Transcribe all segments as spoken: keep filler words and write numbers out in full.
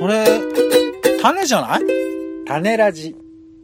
それ、種じゃない？ 種ラジ。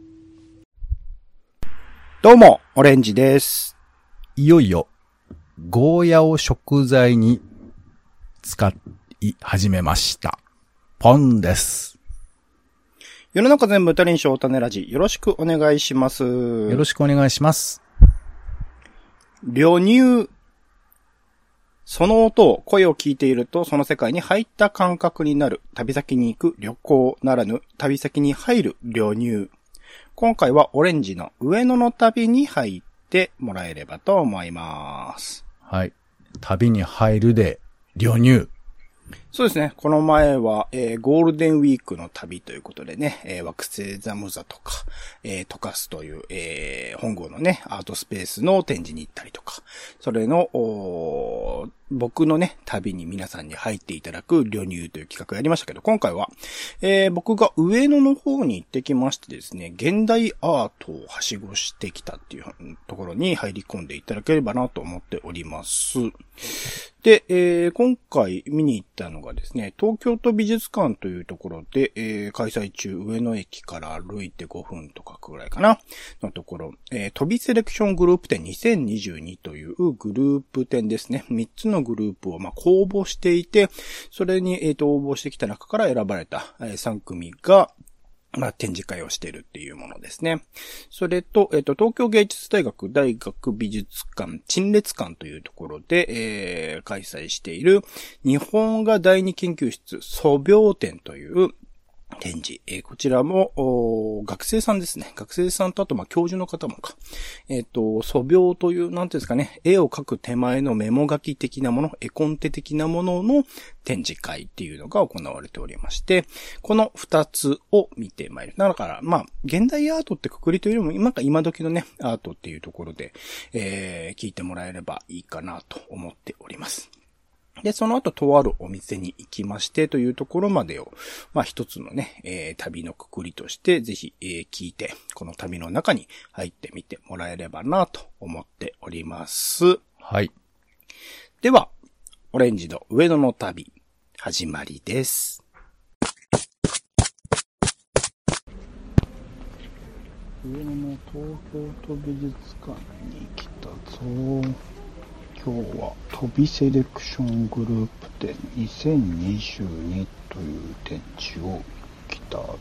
どうも、オレンジです。 いよいよ、ゴーヤを食材に使い始めました。ポンです。 世の中全部種にしよう種ラジ。よろしくお願いします。 よろしくお願いします。 旅入。その音を、声を聞いていると、その世界に入った感覚になる。旅先に行く旅行ならぬ、旅先に入る旅入。今回はオレンジの上野の旅に入ってもらえればと思います。 はい。旅に入るで、旅入。 そうですね。この前は、えー、ゴールデンウィークの旅ということでね、えー、惑星ザムザとか、えー、トカスという、えー、本郷のね、アートスペースの展示に行ったりとか、それの、僕のね、旅に皆さんに入っていただく旅入という企画やりましたけど、今回は、えー、僕が上野の方に行ってきましてですね、現代アートをはしごしてきたっていうところに入り込んでいただければなと思っております。で、えー、今回見に行ったのがですね、東京都美術館というところで、えー、開催中、上野駅から歩いてごふんとかくらいかな、のところ、えー、飛びセレクショングループ展にせんにじゅうにというグループ展ですね。みっつのグループをまあ公募していて、それに、えー、と応募してきた中から選ばれた、えー、さんくみが、まあ、展示会をしているっていうものですね。それと、えっと、東京芸術大学大学美術館陳列館というところで、えー、開催している日本画第二研究室素描展という展示。えー、こちらも、学生さんですね。学生さんとあと、ま、教授の方もか。えっと、素描という、なんていうんですかね、絵を描く手前のメモ書き的なもの、絵コンテ的なものの展示会っていうのが行われておりまして、この二つを見てまいる。だから、まあ、現代アートってくくりというよりも、今か今時のね、アートっていうところで、えー、聞いてもらえればいいかなと思っております。で、その後、とあるお店に行きましてというところまでを、まあ一つのね、えー、旅のくくりとして、ぜひ、えー、聞いて、この旅の中に入ってみてもらえればなと思っております。 はい。 では、オレンジの上野の旅、始まりです。上野の東京都美術館に来たぞ。今日は飛びセレクショングループ展にせんにじゅうにという展示を来たぞ。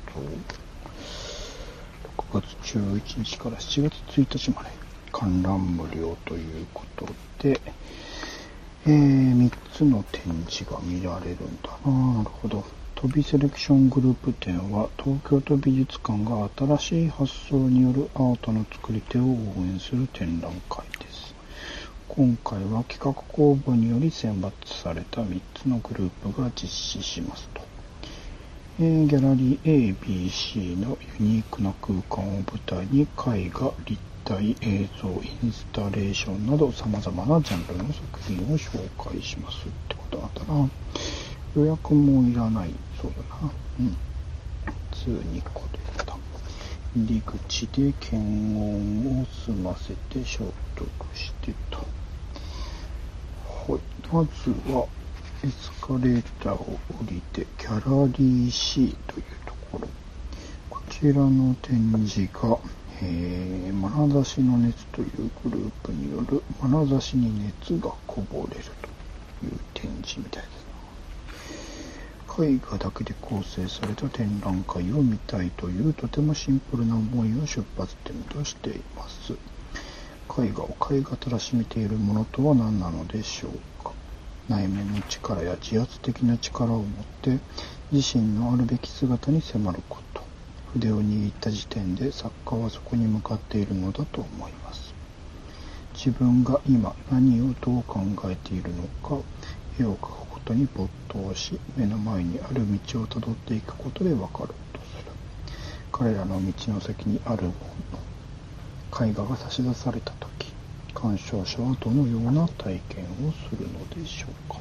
ろくがつじゅういちにちからしちがつついたちまで観覧無料ということで、えー、みっつの展示が見られるんだな。なるほど。飛びセレクショングループ展は東京都美術館が新しい発想によるアートの作り手を応援する展覧会です。今回は企画公募により選抜されたみっつのグループが実施しますと。えー、ギャラリー A、B、C のユニークな空間を舞台に絵画、立体、映像、インスタレーションなど様々なジャンルの作品を紹介しますってことなんだな。予約もいらないそうだな。うん。普通にこれだ。入り口で検温を済ませて消毒してと。はい、まずはエスカレーターを降りてギャラリー C というところ。こちらの展示が、えー、眼差しの熱というグループによる眼差しに熱がこぼれるという展示みたいです。絵画だけで構成された展覧会を見たいというとてもシンプルな思いを出発点としています。絵画を絵画たらしめているものとは何なのでしょうか。内面の力や自発的な力を持って自身のあるべき姿に迫ること。筆を握った時点で作家はそこに向かっているのだと思います。自分が今何をどう考えているのか、絵を描くことに没頭し、目の前にある道をたどっていくことで分かるとする。彼らの道の先にあるもの、絵画が差し出されたとき、鑑賞者はどのような体験をするのでしょうか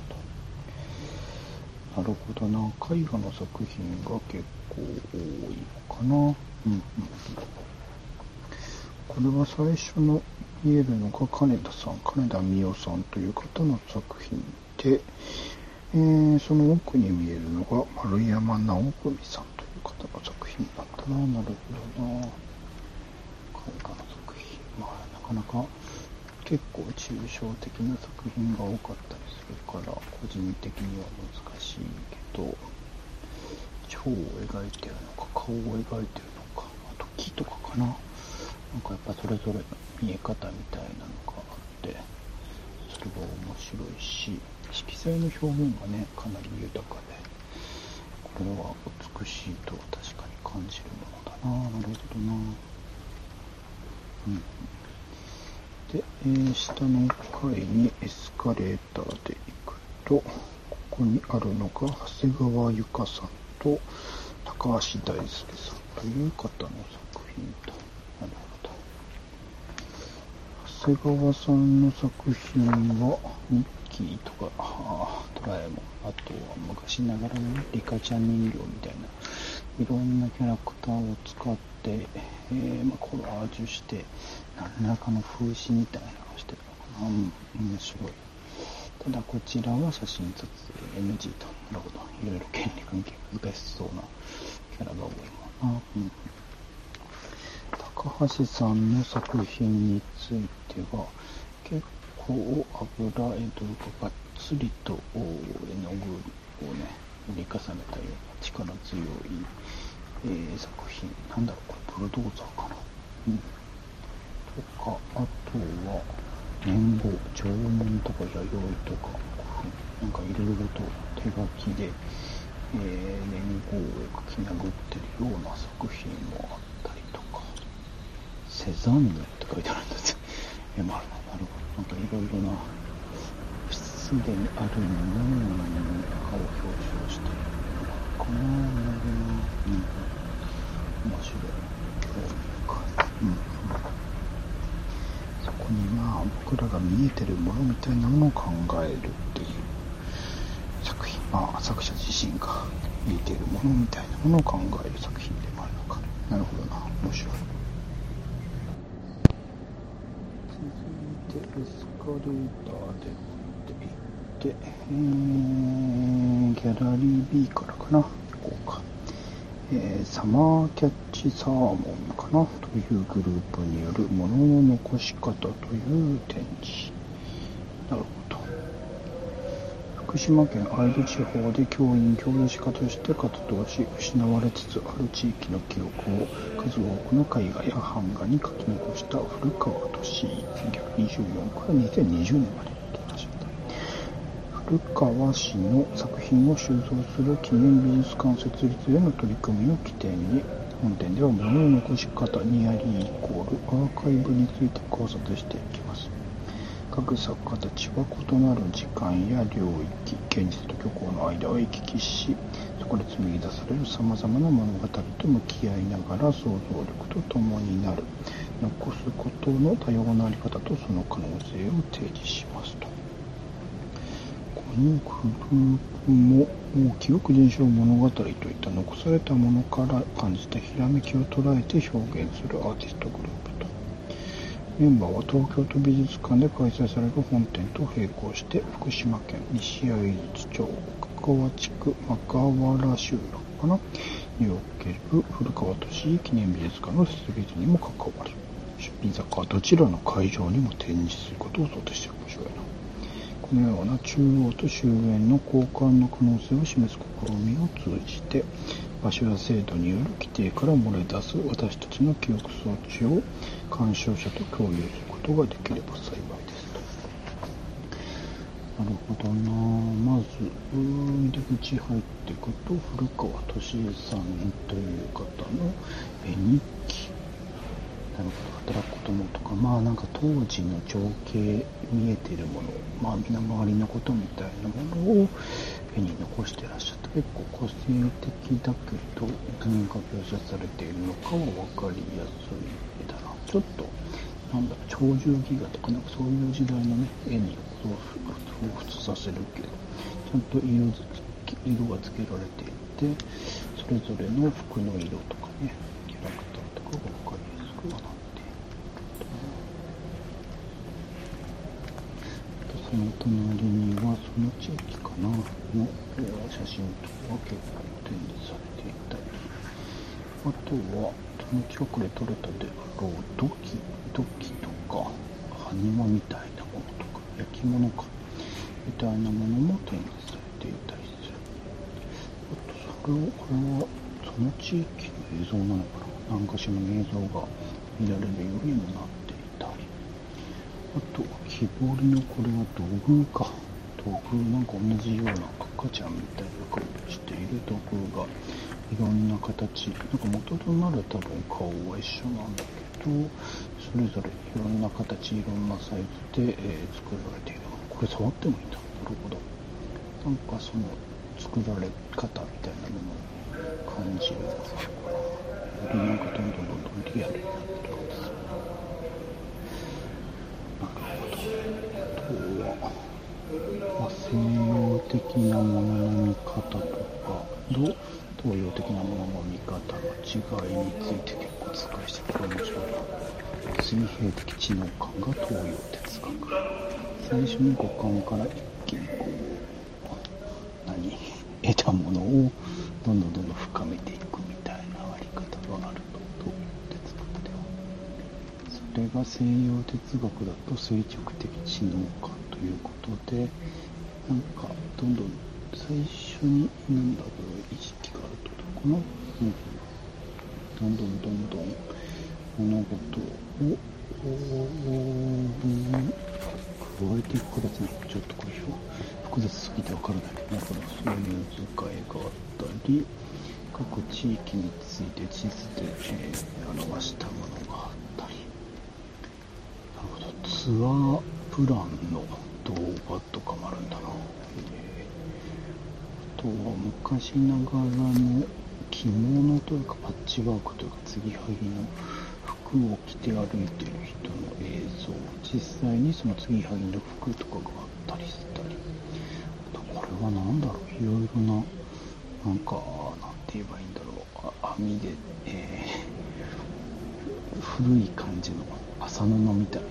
と。なるほどな。絵画の作品が結構多いのかな。うんうん、これは最初の見えるのが金田さん、金田美代さんという方の作品で、 えー、その奥に見えるのが丸山直文さんという方の作品だったな。なるほどな。絵画の作品、まあなかなか結構抽象的な作品が多かったりするから個人的には難しいけど、蝶を描いてるのか顔を描いてるのか、あと木とかかな。なんかやっぱそれぞれの見え方みたいなのがあって、それは面白いし、色彩の表現がねかなり豊かで、これは美しいと確かに感じるものだな。なるほどな。うん。で、えー、下の階にエスカレーターで行くと、ここにあるのが長谷川由香さんと高橋大輔さんという方の作品と。なるほど。長谷川さんの作品はミッキーとかあドラえもん、あとは昔ながらのリカちゃん人形みたいないろんなキャラクターを使って、えーまあ、コラージュして何らかの風刺みたいなのをしてるのかな。うん、面白い。ただこちらは写真撮影 エヌジー と。なるほど。いろいろ権利関係難しそうなキャラが多いもんな。うん、高橋さんの作品については結構油絵というかがっつりと絵の具をね塗り重ねたような力強い、えー、作品。なんだろう、これブルドーザーかな。うん。とか、あとは年号、縄文とか弥生とか古墳、なんかいろいろと手書きで、えー、年号を書き殴ってるような作品もあったりとか、セザンヌって書いてあるんですよ。え、まあ、なるほど。なんかいろいろなすでにあるものを表彰しているのかな。なるほどな。うん。面白い。うん。そこにまあ僕らが見えてるものみたいなものを考えるっていう作品。まあ作者自身が見えているものみたいなものを考える作品でもあるのかね。なるほどな。面白い。続いてエスカレーターで持っていって、えー、ギャラリー B からかな。行こうか。えー、サマーキャッチサーモンかなというグループによるものの残し方という展示。なるほど。福島県会津地方で教員教師家として活動し、失われつつある地域の記憶を数多くの絵画や版画に書き残した古川俊一、せんきゅうひゃくにじゅうよんからにせんにじゅうねんまでとなしました。古川氏の作品を収蔵する記念美術館設立への取り組みを起点に、本展では物の残し方ニアリーイコールアーカイブについて考察していきます。各作家たちは異なる時間や領域、現実と虚構の間を行き来し、そこで紡ぎ出されるさまざまな物語と向き合いながら想像力とともになる、残すことの多様なあり方とその可能性を提示しますと。このグループも記憶伝承物語といった残されたものから感じたひらめきを捉えて表現するアーティストグループと。メンバーは東京都美術館で開催される本展と並行して福島県西会津町深川地区幕原集落かなにおける古川俊一記念美術館の設立にも関わる。出品作家はどちらの会場にも展示することを想定している。面白いな。このような中央と周辺の交換の可能性を示す試みを通じて、場所や制度による規定から漏れ出す私たちの記憶装置を鑑賞者と共有することができれば幸いですと。なるほどな。まず入り口入っていくと、古川俊恵さんという方の絵日記。なるほど。働くこともとか、まあなんか当時の情景、見えているもの、まあ身の回りのことみたいなものを絵に残していらっしゃった。結構個性的だけど何が描写されているのかは分かりやすい絵だな。ちょっとなんだろう、鳥獣戯画とかなんかそういう時代のね絵に彷彿させるけど、ちゃんと色づ色がつけられていて、それぞれの服の色とかね、キャラクターとかが分かりやすくはなっている。 その隣にはその地域かなの写真とか結構展示されていたり、あとはその近くで撮れたであろう土器土器とか埴輪みたいなものとか焼き物かみたいなものも展示されていたりする。あとそれをこれはその地域の映像なのかな、何かしらの映像が見られるようにもなっていたり、あと木彫りのこれは土偶か、土偶なんか同じような赤ちゃんみたいな顔をしている土偶がいろんな形、なんか元となる多分顔は一緒なんだけど、それぞれいろんな形、いろんなサイズで、えー、作られている。これ触ってもいいんだ。なるほど。なんかその作られ方みたいなものを感じるのかな。よりなんかどんどんどんどんリアルになってる感じするな。なるほど。あとは、まあ、西洋的なものの見方とかと東洋的なものの見方の違いについて結構使いしてこれ面白いな。水平的知能感が東洋哲学。最初に五感から一気にこう何得たものをどんどんどんどん深めていくみたいなあり方があると東洋哲学では。それが西洋哲学だと垂直的知能感ということで、なんかどんどん最初になんだろう意識があるってことかな、うん、どんどんどんどん物事を加えていく形にちょっとこれ複雑すぎてわからないけど、だからそういう図解があったり、各地域について地図で、えー、表したものがあったり、なるほど、ツアープランの動画とかもあるんだな。あとは昔ながらの着物というかパッチワークというか継ぎはぎの服を着て歩いている人の映像、実際にその継ぎはぎの服とかがあったりしたり、これは何だろう、いろいろな、なんかなんて言えばいいんだろう、網で、えー、古い感じの麻布みたいな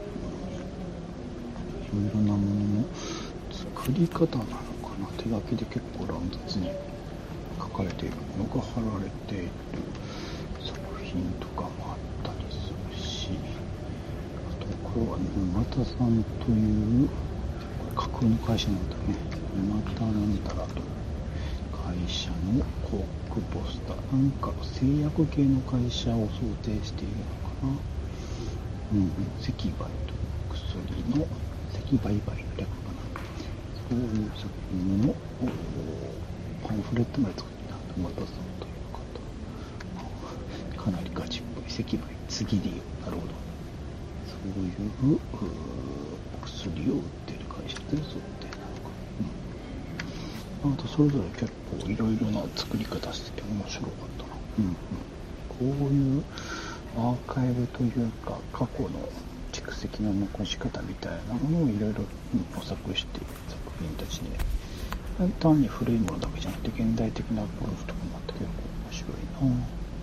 ものにいろいろなものの作り方なのかな、手書きで結構乱雑に書かれているものが貼られている作品とかもあったりするし、あとこれは沼田さんというこれ架空の会社なんだね、沼田なんだらと会社の広告ポスター、なんか製薬系の会社を想定しているのかな、うん、石売という薬の石売買の略かな、そういう作品のパンフレットまで作っていた沼田さんという方、かなりガチっぽい石売次でよ、なるほど、そういう薬を売っている会社で想定なのか、うん、あとそれぞれ結構いろいろな作り方してて面白かったな、うんうん、こういうアーカイブというか過去の蓄積の残し方みたいなものをいろいろ模索している作品たちで、単に古いものだけじゃなくて現代的なアプローチとかもあって結構面白いな。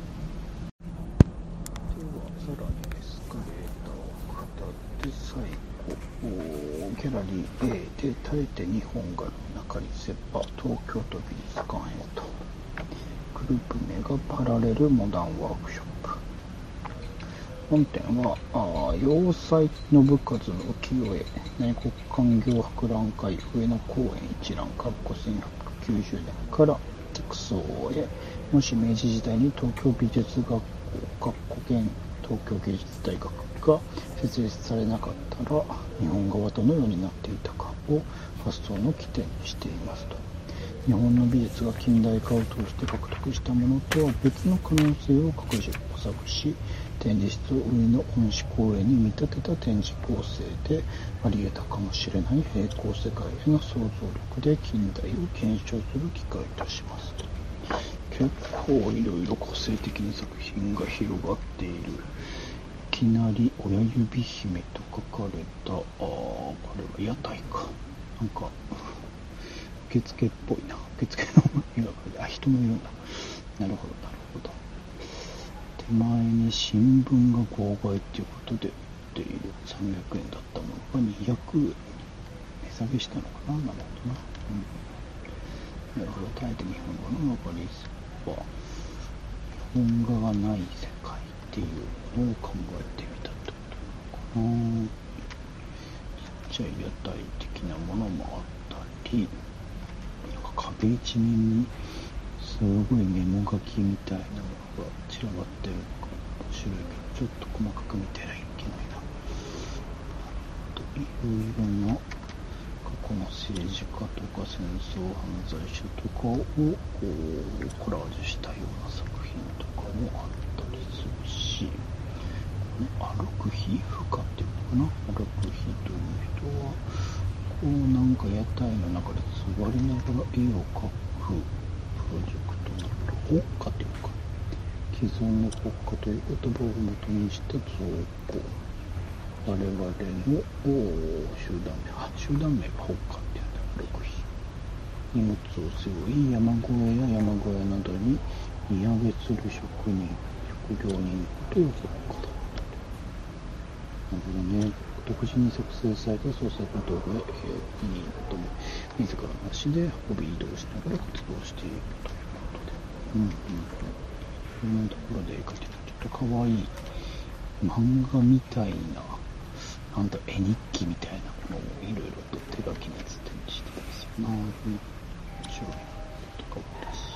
ではさらにエスカレーターを下って最後ギャラリー A で耐えて日本が中にセッパ東京都美術館へと、グループ名がパラレルモダンワークショップ。本展は洋裁信和の浮世絵内国勧業博覧会上野公園一覧せんひゃくきゅうじゅうねんから着想へ、もし明治時代に東京美術学校学校現東京芸術大学が設立されなかったら日本画はどのようになっていたかを発想の起点にしていますと。日本の美術が近代化を通して獲得したものとは別の可能性を各自模索し、展示室を海の本市公園に見立てた展示構成であり得たかもしれない平行世界への想像力で近代を検証する機会とします。結構いろいろ個性的な作品が広がっている。いきなり親指姫と書かれた、あこれは屋台か、なんか受付っぽいな、受付の絵が描いて、あ、人もいるんだ。なるほどなるほど。手前に新聞が号外っていうことで売っているさんびゃくえんだったものがにひゃくえんに値下げしたのかな、なるほどな。うん。なるほど。あえて日本語の残りは、日本語がない世界っていうのを考えてみたってことなのかな。ちっちゃい屋台的なものもあったり、なんか壁一面にすごいメモ書きみたいなのが散らばってるのが面白いけど、ちょっと細かく見てないけないな。といろいろな過去の政治家とか戦争犯罪者とかをコラージュしたような作品とかもあったりするし、歩く皮膚科っていうのかな、歩く日という人はこうなんか屋台の中で座りながら絵を描くプロジェクトの国家というか、既存の国家という言葉を元にした造語、我々の集団名、あ、集団名が国家っていうんだ、歩く日。荷物を背負い、山小屋や山小屋などに荷上げする職人、職業人のことを国家だ。なるほどね。独自に作成された創作道具や任意なども自らの足で運び移動しながら活動しているということで、うんうんうん、いろんなところで描いてたちょっと可愛い漫画みたいな、なんだ絵日記みたいなものをいろいろと手書きにつってにしてたんですよ。なるほど、面白いなとか思ったし、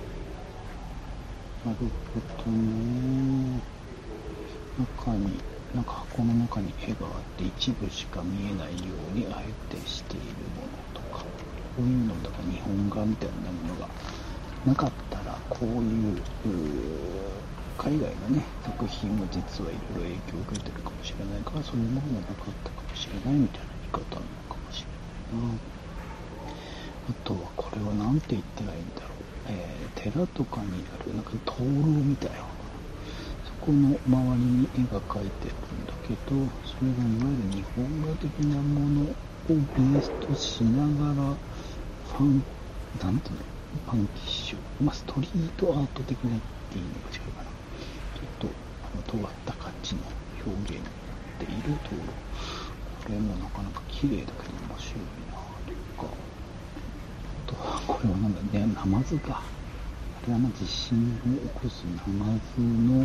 なるほどね。中になんか箱の中に絵があって一部しか見えないようにあえてしているものとか、こういうのだから日本画みたいなものがなかったらこういう、う海外のね作品も実はいろいろ影響を受けてるかもしれないから、そういうものがなかったかもしれないみたいな言い方なのかもしれないな。あとはこれは何て言ったらいいんだろう、えー、寺とかにあるなんか灯籠みたいな、この周りに絵が描いてるんだけど、それがいわゆる日本画的なものをベースとしながらファン、なんていうの、ファンキッシュ、まあ、ストリートアート的なっていうのが違うかな。ちょっとあの尖った感じの表現でいると、これもなかなか綺麗だけど面白いなとか、あとはこれはなんだね、ナマズか。これはまあ地震を起こすナマズの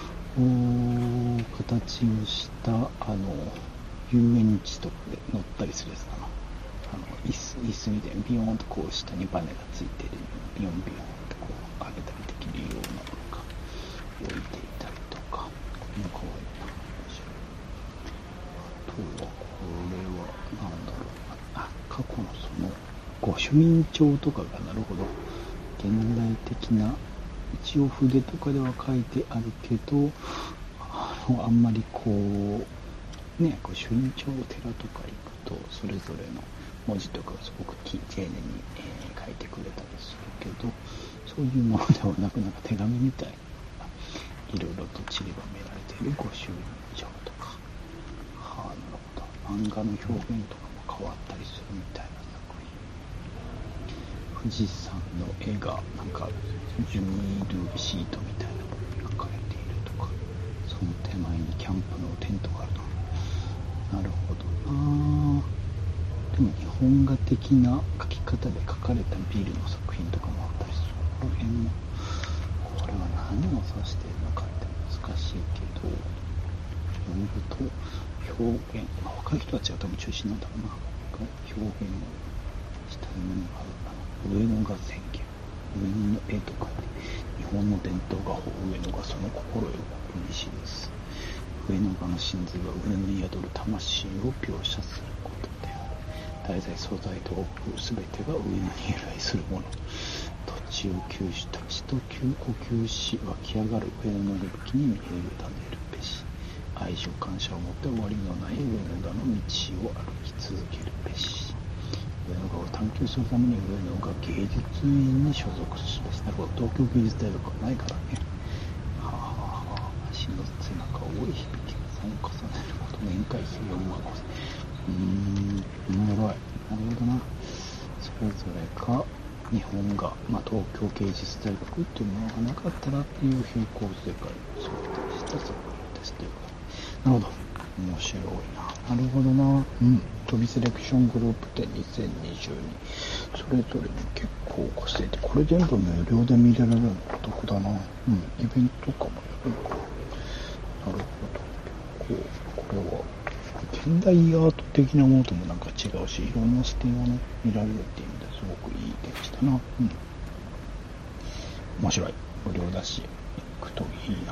形をしたあの遊園地とかで乗ったりするやつだな。あの椅子椅子みたいにビヨーンとこう下にバネがついてる、ビヨンビヨンとこう上げたりできるようなのが置いていたりとか、これも可愛いな、面白い。あとはこれはなんだろう、あ、過去のその御朱印帳とかがなるほど現代的な、一応筆とかでは書いてあるけど、あのあんまりこうね、御朱印帳を寺とか行くとそれぞれの文字とかをすごく丁寧に、えー、書いてくれたりするけど、そういうものではなく、なんか手紙みたいないろいろと散りばめられている御朱印帳とか、はあ、なるほど、漫画の表現とかも変わったりするみたいな作品。富士山の絵がなんかジュニールシートみたいなものに描かれているとか、その手前にキャンプのテントがあると。なるほどな。でも日本画的な描き方で描かれたビルの作品とかもあったりする。この辺もこれは何を指しているのかって難しいけど、いろいろと表現、まあ、若い人たちが多分中心なんだろうな、表現をしたいものがある。上野が宣言、上野の絵とかで日本の伝統画法、上野がその心を国に示す。上野画の真髄は上野に宿る魂を描写することである。題材、素材、道具、すべてが上野に由来するもの。土地を吸し、土地と呼吸し湧き上がる上野の息吹に身を委ねるべし。愛情感謝を持って終わりのない上野画の道を歩き続けるべし。上野画を探求するために上野画芸術院に所属すべし。なるほど、東京芸術大学はないからね。はあはあはあ、足の背中を多い響きが差を重ねること、年会費よんまんごせん。うーん、おもろい。なるほどな。それぞれが日本画、まあ、東京芸術大学っていうものがなかったらっていう平行世界を想定した作品ですということ。なるほど、面白いな。なるほどな。うん。 飛びセレクショングループ展にせんにじゅうに、それぞれに結構個性で、これ全部無料で見れられるのお得だな。うん、イベントとかもやるのかな。なるほど。こう、これは、現代アート的なものともなんか違うし、いろんな視点をね、見られるっていう意味ですごくいい展示だな。うん。面白い。無料だし、行くといいな。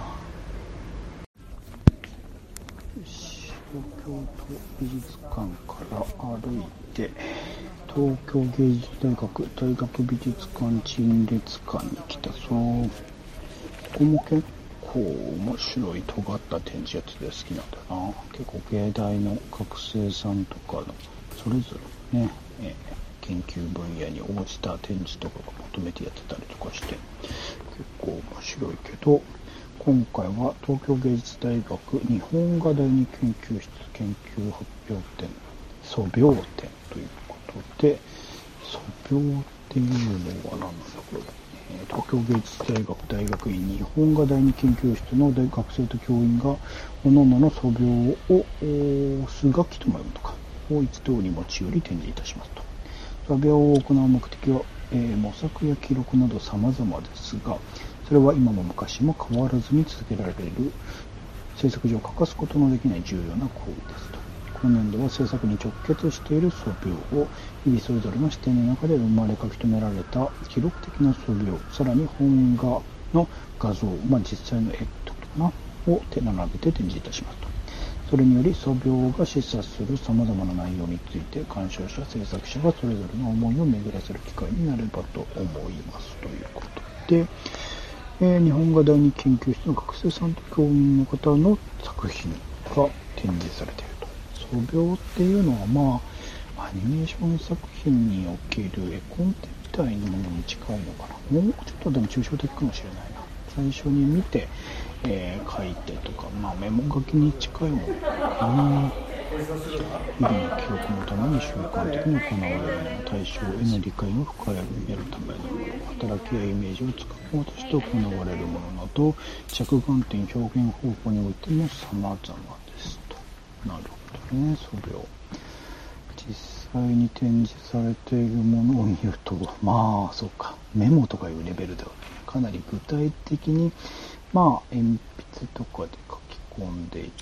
よし、東京都美術館から歩いて、東京芸術大学大学美術館陳列館に来たぞ。ここも結構面白い尖った展示やつで好きなんだよな。結構芸大の学生さんとかのそれぞれね、えー、研究分野に応じた展示とかがまとめてやってたりとかして結構面白いけど、今回は東京芸術大学日本画第二研究室研究発表展素描展ということで、素描っていうのは何なんだこれ。東京芸術大学大学院日本画第二研究室の大学生と教員が各々の素描を数学期とも読むとかを一通り持ち寄り展示いたしますと。素描を行う目的は、えー、模索や記録など様々ですが、それは今も昔も変わらずに続けられる制作上欠かすことのできない重要な行為ですと。今年度は制作に直結している素描を日々それぞれの視点の中で生まれ書き留められた記録的な素描、さらに本画の画像、まあ、実際の絵とかなを手並べて展示いたしますと。それにより素描が示唆する様々な内容について鑑賞者、制作者がそれぞれの思いを巡らせる機会になればと思いますということで、えー、日本画第二研究室の学生さんと教員の方の作品が展示されていると。素描っていうのはまあアニメーション作品における絵コンテみたいなものに近いのかな。もうちょっとでも抽象的かもしれないな。最初に見て、えー、書いてとか、まあメモ書きに近いものかな。日々の記録のために習慣的に行われるもの、対象への理解を深めるためのもの、働きやイメージをつかもうとして行われるものなど、着眼点、表現方法においても様々ですと。なるほどね、素描。実際に展示されているものを見ると、まあそうか、メモとかいうレベルではかなり具体的に、まあ鉛筆とかで書き込んでいって、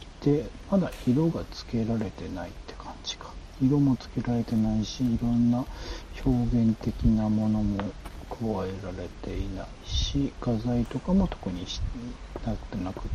まだ色がつけられてないって感じか。色もつけられてないし、いろんな表現的なものも加えられていないし、画材とかも特になってなくって、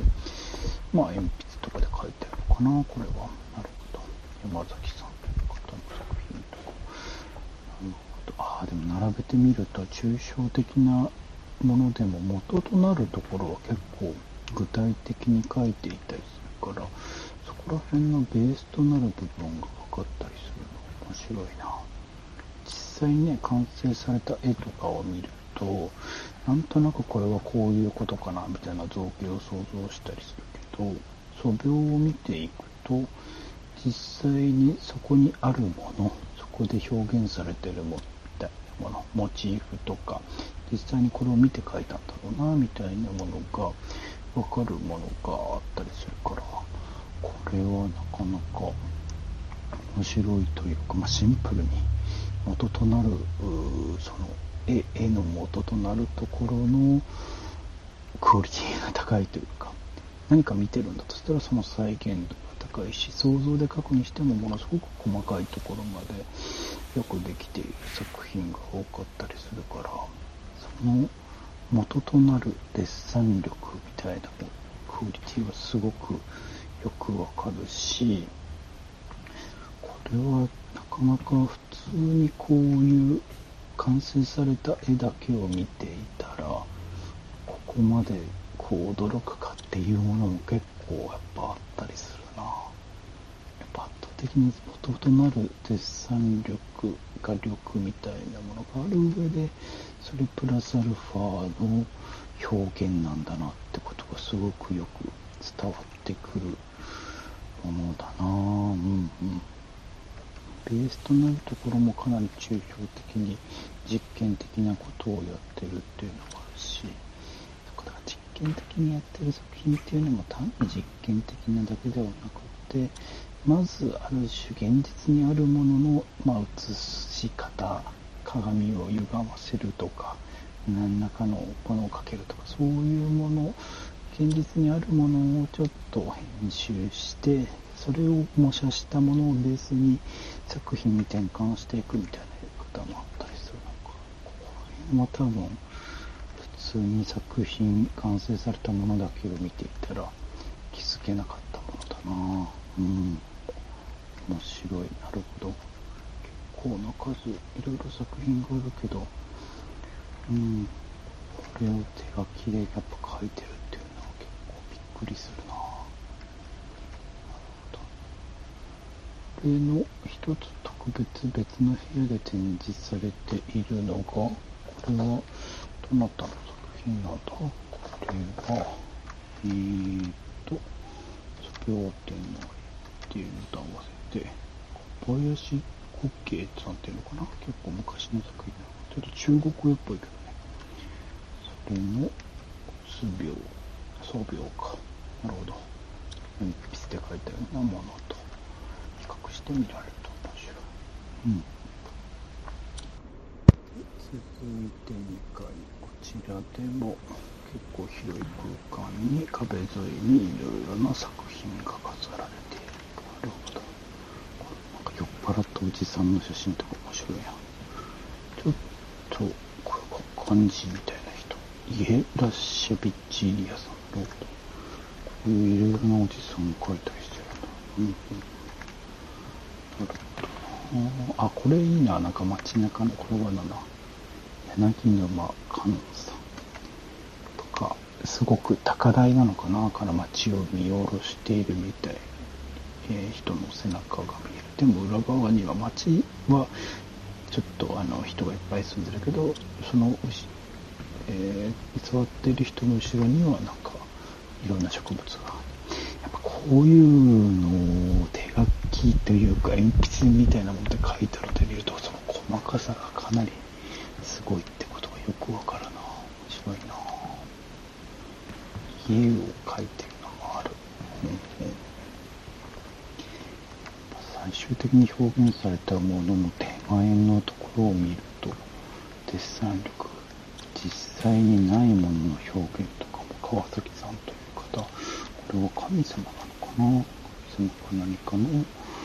まあ鉛筆とかで書いてあるのかな、これは。なるほど。山崎さんという方の作品とか。なるほど。ああ、でも並べてみると抽象的なものでも元となるところは結構具体的に書いていたりするから、そこら辺のベースとなる部分が分かったりするの面白いな。実際ね、完成された絵とかを見ると、なんとなくこれはこういうことかなみたいな造形を想像したりするけど、素描を見ていくと、実際にそこにあるもの、そこで表現されているものみたいなもの、モチーフとか、実際にこれを見て描いたんだろうなみたいなものが分かるものがあったりするから、これはなかなか面白いというか、まあ、シンプルに元となるその 絵, 絵の元となるところのクオリティが高いというか、何か見てるんだとしたらその再現度が高いし、想像で描くにしてもものすごく細かいところまでよくできている作品が多かったりするから、その元となるデッサン力みたいなクオリティはすごくよくわかるし、これはなかなか普通にこういう完成された絵だけを見ていたらここまでこう驚くかっていうものも結構やっぱあったりするな。やっぱ圧倒的に元となるデッサン力、画力みたいなものがある上で、それプラスアルファの表現なんだなってことがすごくよく伝わってくるものだな。うんうん。ベースとなるところもかなり抽象的に実験的なことをやってるっていうのがあるし、だから実験的にやってる作品っていうのも単に実験的なだけではなくて、 まずある種現実にあるものの、まあ、映し方、鏡を歪ませるとか、何らかのものをかけるとか、そういうもの、現実にあるものをちょっと編集して、それを模写したものをベースに作品に転換していくみたいなやり方もあったりするのか。ここら辺は多分、普通に作品、完成されたものだけを見ていたら気づけなかったものだな。うん。面白い。なるほど。結構な数、いろいろ作品があるけど、うん。これを手書きでやっぱ書いてるっていうのは結構びっくりするな。なるほど。これの一つ特別別の部屋で展示されているのが、これはどなたの作品なんだ？これは、えーと、素描展のっていうのと合わせて、小林国慶さんっていうのかな、結構昔の作品なの。ちょっと中国絵っぽいけどね。それの素描、素描か。なるほど。鉛筆で描いたようなものと比較して見られると面白い。うん。続いてにかい、こちらでも結構広い空間に壁沿いにいろいろな作品が飾られている。なるほど。なんか酔っ払ったおじさんの写真とか面白いな。ちょっとこれが漢字みたいな人。イエラシェビッチーリアさん。なるほど。こういういろいろなおじさんを描いたりしてるんだ。うんうん。なるほど。あ、これいいな。なんか街中のこれはなんだ。柳沼寛さんとか、すごく高台なのかなから街を見下ろしているみたい、えー、人の背中が見える。でも裏側には街はちょっとあの人がいっぱい住んでるけど、その、えー、座っている人の後ろにはなんかいろんな植物が。やっぱこういうのを手書きというか鉛筆みたいなもので書いたので見ると、その細かさがかなりすごいってことがよくわかるな。面白いな。家を描いてるのもある。うんうん、最終的に表現されたものの手前のところを見ると、デッサン力、実際にないものの表現とかも川崎さんという方、これは神様なのかな、神様か何かの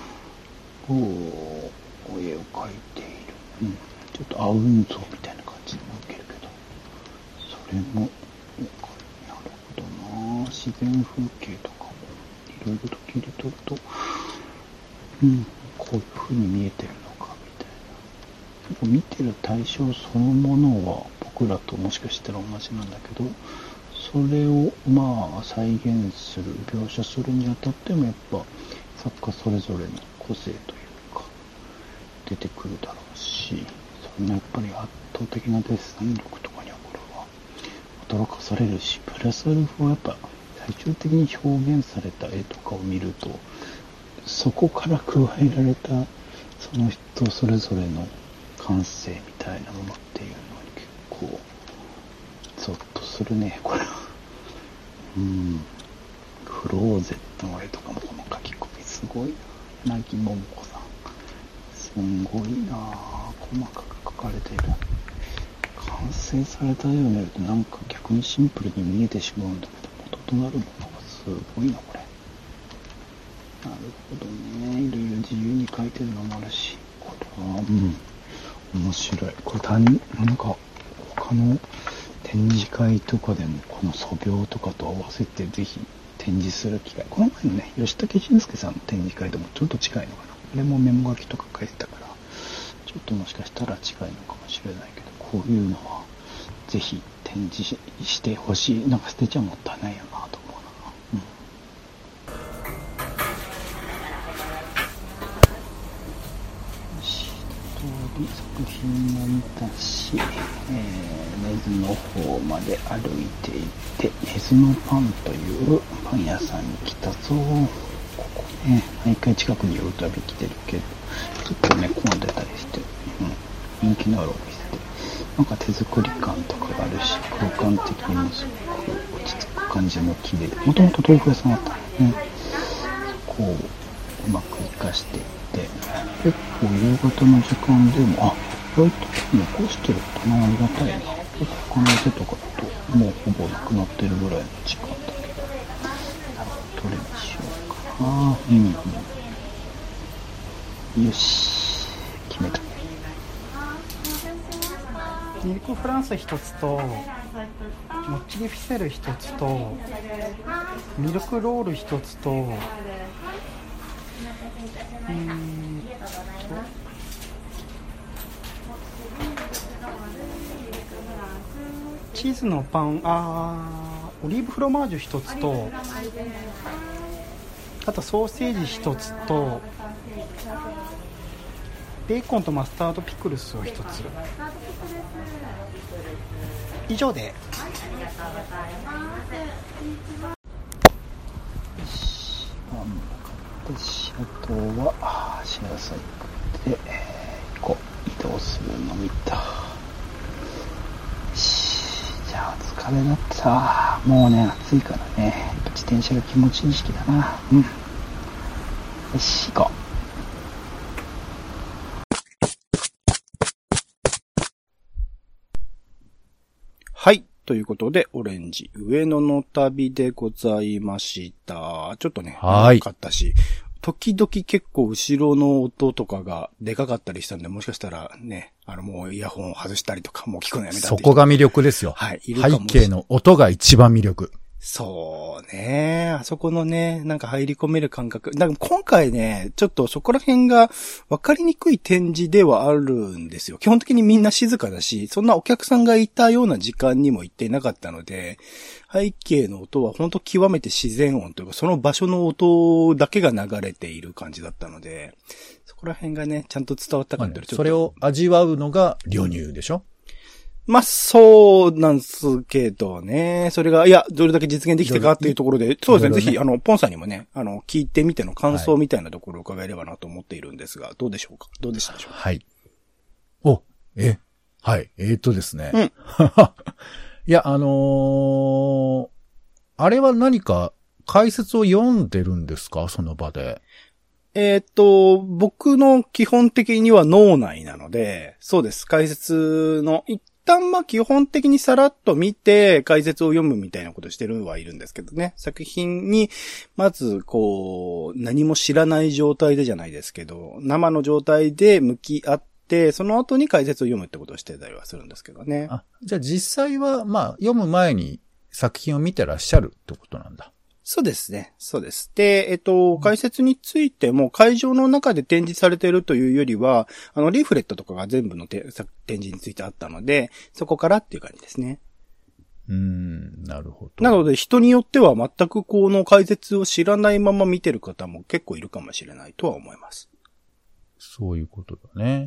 絵を描いている。うん、ちょっとアウン像みたいな感じにも受けるけど、それもなるほどな。自然風景とかもいろいろと切り取ると、うん、こういう風に見えてるのかみたいな。見てる対象そのものは僕らともしかしたら同じなんだけど、それをまあ再現する、描写するにあたってもやっぱ作家それぞれの個性というか出てくるだろうし、そんなやっぱり圧倒的なデッサン力とかにはこれは驚かされるし、プラスアルファはやっぱ最終的に表現された絵とかを見ると、そこから加えられたその人それぞれの感性みたいなものっていうのに結構ゾッとするね、これは。うん。クローゼットの絵とかもこの書き込みすごいな。柳桃子さん。すんごいなぁ。細かく描かれている。完成された絵を見るとなんか逆にシンプルに見えてしまうんだけど、元となるものがすごいな、これ。なるほどね。いろいろ自由に描いてるのもあるし、これは、うん、面白い。これ単に、なんか、他の展示会とかでも、この素描とかと合わせてぜひ展示する機会。この前のね、吉武俊介さんの展示会でもちょっと近いのかな。あれもメモ書きとか書いてたから、ちょっともしかしたら近いのかもしれないけど、こういうのは、ぜひ展示してほしい。なんか捨てちゃもったいないよなと思うな。うん。作品も見たし、えー、根津の方まで歩いていて、根津のパンというパン屋さんに来たぞ。ここね、毎回近くに寄るたび来てるけど、ちょっとね、混んでたりして、うん、人気のあるお店で、なんか手作り感とかがあるし、空間的にもすごく落ち着く感じも綺麗で、もともと豆腐屋さんだったのね。こううまく活かしていって、結構夕方の時間でも、あ、ライト残してるってな、ありがたいな。他の手とかだと、もうほぼなくなってるぐらいの時間だけど、どれにしようかな。うんうん。よし、決めた。 ミルクフランス一つと、もっちりフィセル一つと、ミルクロール一つと、うーんと、チーズのパン、あー、オリーブフロマージュ一つと、あとソーセージ一つと、ベーコンとマスタードピクルスを一つ。以上で。 よし、パンも買ったし、あとはシェアサイクルで、えー、こう移動するのみと。よし、じゃあお疲れだった。もうね、暑いからね、自転車が気持ちいい時期だな。うん。よし、行こう。はい。ということで、オレンジ、上野の旅でございました。ちょっとね、 はい。 長かったし、時々結構後ろの音とかがでかかったりしたんで、もしかしたらね、あのもうイヤホンを外したりとか、もう聞くのやめたっていう。 そこが魅力ですよ。 はい。いるかもしれない。 背景の音が一番魅力。 そうね。あそこのね、なんか入り込める感覚。だから今回ね、ちょっとそこら辺が分かりにくい展示ではあるんですよ。基本的にみんな静かだし、そんなお客さんがいたような時間にも行っていなかったので、背景の音は本当極めて自然音というか、その場所の音だけが流れている感じだったので、そこら辺がね、ちゃんと伝わったかったらちょっと、 それを味わうのが旅入でしょ？ まあ、そうなんすけどね。それが、いや、どれだけ実現できたかっていうところで、そうですね。ぜひ、あの、ポンさんにもね、あの、聞いてみての感想みたいなところを伺えればなと思っているんですが、はい、どうでしょうか？どうでしたでしょうか？ はい。お、え、はい。えー、っとですね。 うん。 いや、あのー、あれは何か解説を読んでるんですか？その場で。 えー、っと、僕の基本的には脳内なので、そうです。解説の、一旦まあ基本的にさらっと見て解説を読むみたいなことしてるはいるんですけどね。作品に、まずこう、何も知らない状態でじゃないですけど、生の状態で向き合って、その後に解説を読むってことをしてたりはするんですけどね。 あ、じゃあ実際は、まあ、読む前に作品を見てらっしゃるってことなんだ。 そうですね。そうです。で、えっと、解説についても会場の中で展示されているというよりは、あの、リーフレットとかが全部の展示についてあったので、そこからっていう感じですね。 うーん、なるほど。 なので、人によっては全くこの解説を知らないまま見てる方も結構いるかもしれないとは思います。 そういうことだね。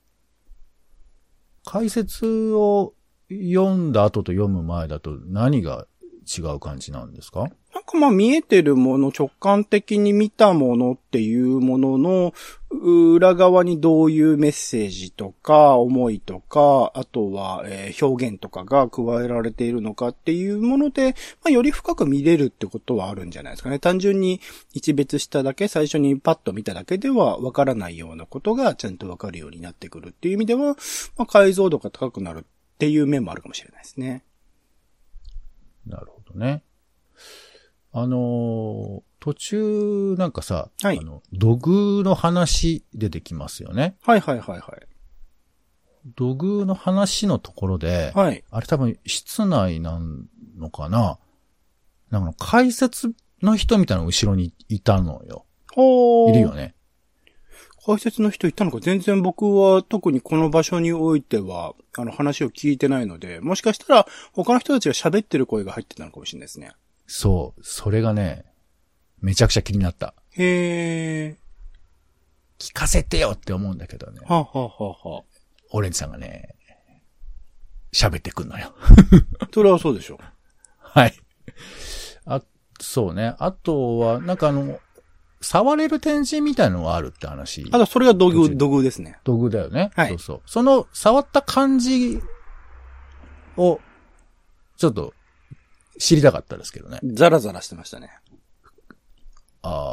解説を読んだ後と読む前だと何が違う感じなんですか？ なんかまあ見えてるもの、直感的に見たものっていうものの裏側にどういうメッセージとか思いとか、あとはえ表現とかが加えられているのかっていうもので、まあより深く見れるってことはあるんじゃないですかね。単純に一別しただけ、最初にパッと見ただけではわからないようなことがちゃんとわかるようになってくるっていう意味では、まあ解像度が高くなるっていう面もあるかもしれないですね。 なるほどね。あのー、途中なんかさ、 はい、 あの土偶の話出てきますよね。 はいはいはいはい。 土偶の話のところで、 はい、 あれ多分室内なのかな。なんか解説の人みたいなの後ろにいたのよ。 ほー。 いるよね。 解説の人いたのか全然僕は特にこの場所においてはあの話を聞いてないので、もしかしたら他の人たちが喋ってる声が入ってたのかもしれないですね。 そう。それがね、めちゃくちゃ気になった。 へー。 聞かせてよって思うんだけどね。 はあ、はあはあはあ、 オレンジさんがね、喋ってくんのよ。 それはそうでしょう。 はい。あ、そうね。あとは、なんかあの、触れる展示みたいなのがあるって話。 あと、それが土偶、土偶ですね。 土偶だよね。 はい。 そうそう。その、触った感じを、ちょっと、知りたかったですけどね。 ザラザラしてましたね。 ああ、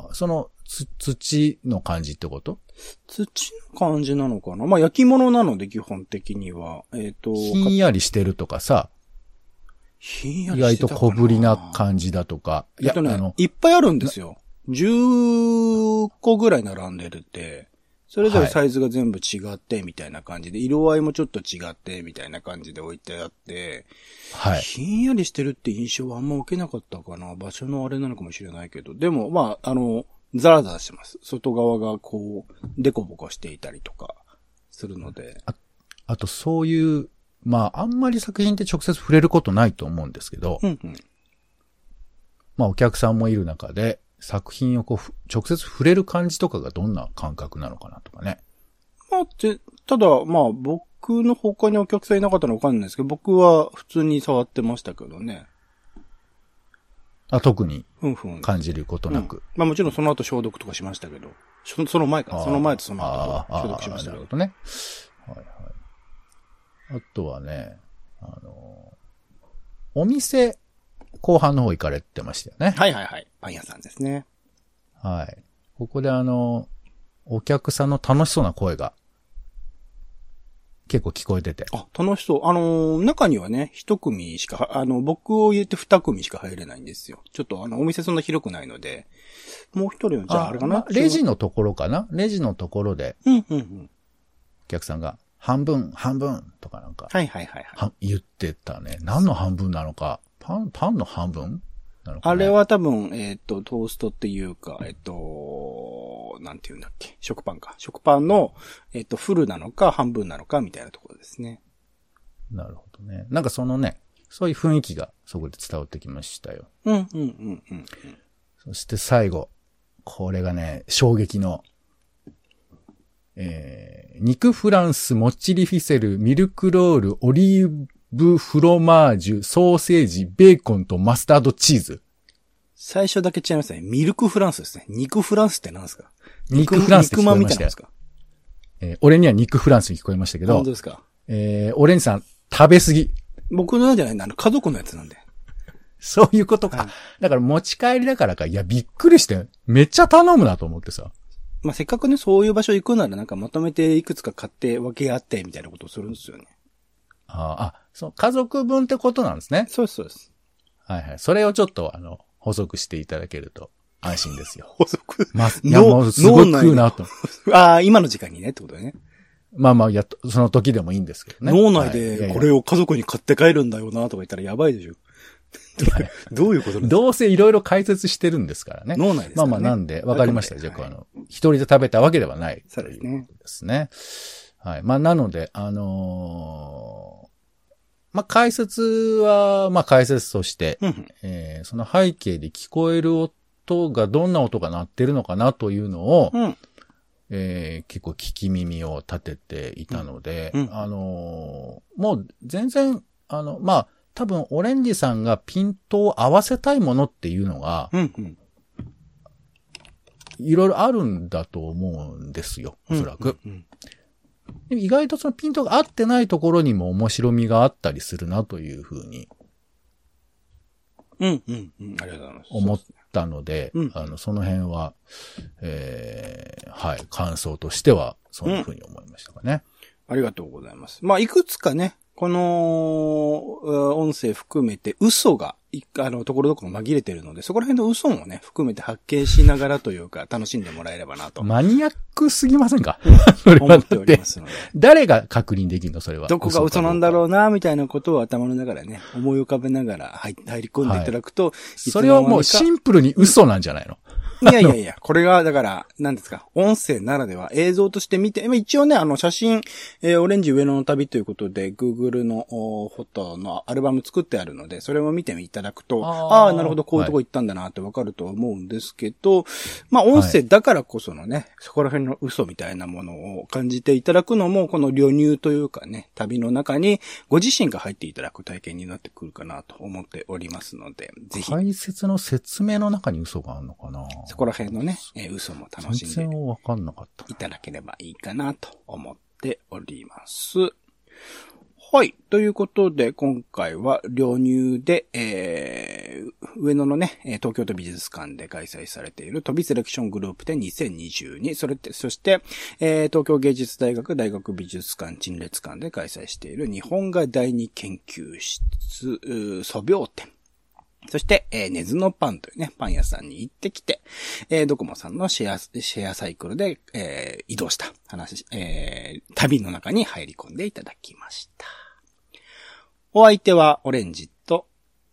その、つ、土の感じってこと？ 土の感じなのかな？まあ、焼き物なので基本的には。えっと。 ひんやりしてるとかさ。 ひんやりして意外と小ぶりな感じだとか。 いや、えっとね、あのいっぱいあるんですよ。じゅっこぐらい並んでるって。それぞれサイズが全部違ってみたいな感じで、はい、色合いもちょっと違ってみたいな感じで置いてあって、はい。ひんやりしてるって印象はあんま受けなかったかな。場所のあれなのかもしれないけど。でも、まあ、あの、ザラザラしてます。外側がこう、デコボコしていたりとかするので。 あ、あとそういう、まあ、あんまり作品って直接触れることないと思うんですけど、うんうん、まあ、お客さんもいる中で、作品をこう、直接触れる感じとかがどんな感覚なのかなとかね。 まあ、ただ、まあ、僕の他にお客さんいなかったのはわかんないですけど、僕は普通に触ってましたけどね。 あ、特に感じることなく。うんうん、 まあもちろんその後消毒とかしましたけど、その前か、その前とその後消毒しましたけど。なるほどね。はいはい。 あとはね、あの、お店、後半の方行かれてましたよね。 はいはいはい。パン屋さんですね。 はい。ここであの、お客さんの楽しそうな声が結構聞こえてて。 あ、楽しそう。あのー、中にはね、一組しか、あの、僕を入れて二組しか入れないんですよ。ちょっとあの、お店そんな広くないので、もう一人の、じゃああれかな、まあ、 レジのところかなレジのところで、 うんうんうん。 お客さんが、半分、半分とかなんか、 はいはいはい、はい。 は言ってたね。何の半分なのか、パン、パンの半分なのか、ね、 あれは多分、えっと、トーストっていうか、えっと、なんて言うんだっけ。食パンか。食パンの、えっと、フルなのか、半分なのか、みたいなところですね。 なるほどね。なんかそのね、そういう雰囲気がそこで伝わってきましたよ。 うん、うん、うん、うん。 そして最後。これがね、衝撃の、えー、肉フランス、モッチリフィセル、ミルクロール、オリーブフロマージュ、ソーセージ、ベーコンとマスタードチーズ。 最初だけ違いますね。ミルクフランスですね。肉フランスって何ですか？ 肉フランスって聞こえましたよ。肉まんみたいなんですか？えー、俺には肉フランスに聞こえましたけど。 本当ですか？ えー、オレンジさん、食べ過ぎ。 僕のなんじゃないの？あの、家族のやつなんで。 そういうことか。はい、だから持ち帰りだからか、いや、びっくりして、めっちゃ頼むなと思ってさ。 まあ、せっかくね、そういう場所行くならなんかまとめていくつか買って分け合ってみたいなことをするんですよね。 ああ、そう、家族分ってことなんですね。 そうです、そうです。 はいはい。それをちょっと、あの、補足していただけると安心ですよ。 補足まあ、いや、もうすごく食うなと。 ああ、今の時間にねってことだね。 まあまあ、やっと、その時でもいいんですけどね。 脳内で、これを家族に買って帰るんだよなとか言ったらやばいでしょ。どういうことなんですか？ どうせいろいろ解説してるんですからね。 脳内ですからね。 まあまあなんで、わかりました。じゃあ、あの、一人で食べたわけではない。 そうですね。 ですね。はい。まあなので、あのー、まあ解説は、まあ解説として、 うん、 えー、その背景で聞こえる音がどんな音が鳴ってるのかなというのを、 うん、 えー、結構聞き耳を立てていたので、 うんうん、 あのー、もう全然、あの、まあ、多分、オレンジさんがピントを合わせたいものっていうのが、 うんうん、 いろいろあるんだと思うんですよ、おそらく。 うんうんうん、意外とそのピントが合ってないところにも面白みがあったりするなというふうに、 うんうんうん、ありがとうございます。 思ったので、 うん、 あの、その辺は、えー、はい、感想としては、そんなふうに思いましたかね、 うん。ありがとうございます。まあ、いくつかね、この、音声含めて嘘が、あの、ところどころ紛れてるので、そこら辺の嘘もね、含めて発見しながらというか、楽しんでもらえればなと。 マニアックすぎませんかそれは思っておりますので。 誰が確認できるのそれは。 どこが嘘なんだろうな、みたいなことを頭の中でね、思い浮かべながら入り込んでいただくと、はい、 それはもうシンプルに嘘なんじゃないの？ いやいやいや、これが、だから、何ですか、音声ならでは映像として見て、一応ね、あの、写真、えー、オレンジ上野の旅ということで、Google のフォトのアルバム作ってあるので、それを見ていただくと、ああ、なるほど、こういうとこ行ったんだなってわかると思うんですけど、はい、まあ、音声だからこそのね、はい、そこら辺の嘘みたいなものを感じていただくのも、この旅入というかね、旅の中にご自身が入っていただく体験になってくるかなと思っておりますので、ぜひ。 解説の説明の中に嘘があるのかな？ そこら辺のね、えー、嘘も楽しんで全然わかんなかったいただければいいかなと思っております。 はい。ということで、今回は、両乳で、えー、上野のね、東京都美術館で開催されている、飛びセレクショングループ展にせんにじゅうに、それって、そして、えー、東京芸術大学大学美術館陳列館で開催している、日本画第二研究室、素描展。そして、えー、根津のパンというね、パン屋さんに行ってきて、えー、ドコモさんのシェア、シェアサイクルで、えー、移動した話、えー、旅の中に入り込んでいただきました。お相手はオレンジと、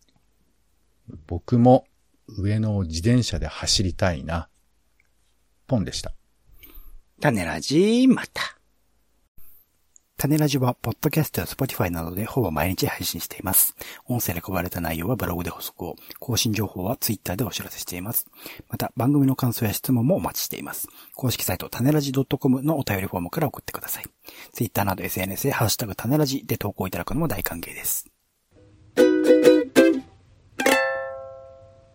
僕も上野を自転車で走りたいな、ポンでした。 種ラジまた。種ラジは、ポッドキャストやスポティファイなどでほぼ毎日配信しています。音声で配られた内容はブログで補足を、更新情報はツイッターでお知らせしています。また、番組の感想や質問もお待ちしています。公式サイト、種ラジ .com のお便りフォームから送ってください。ツイッターなど エスエヌエス でハッシュタグ種ラジで投稿いただくのも大歓迎です。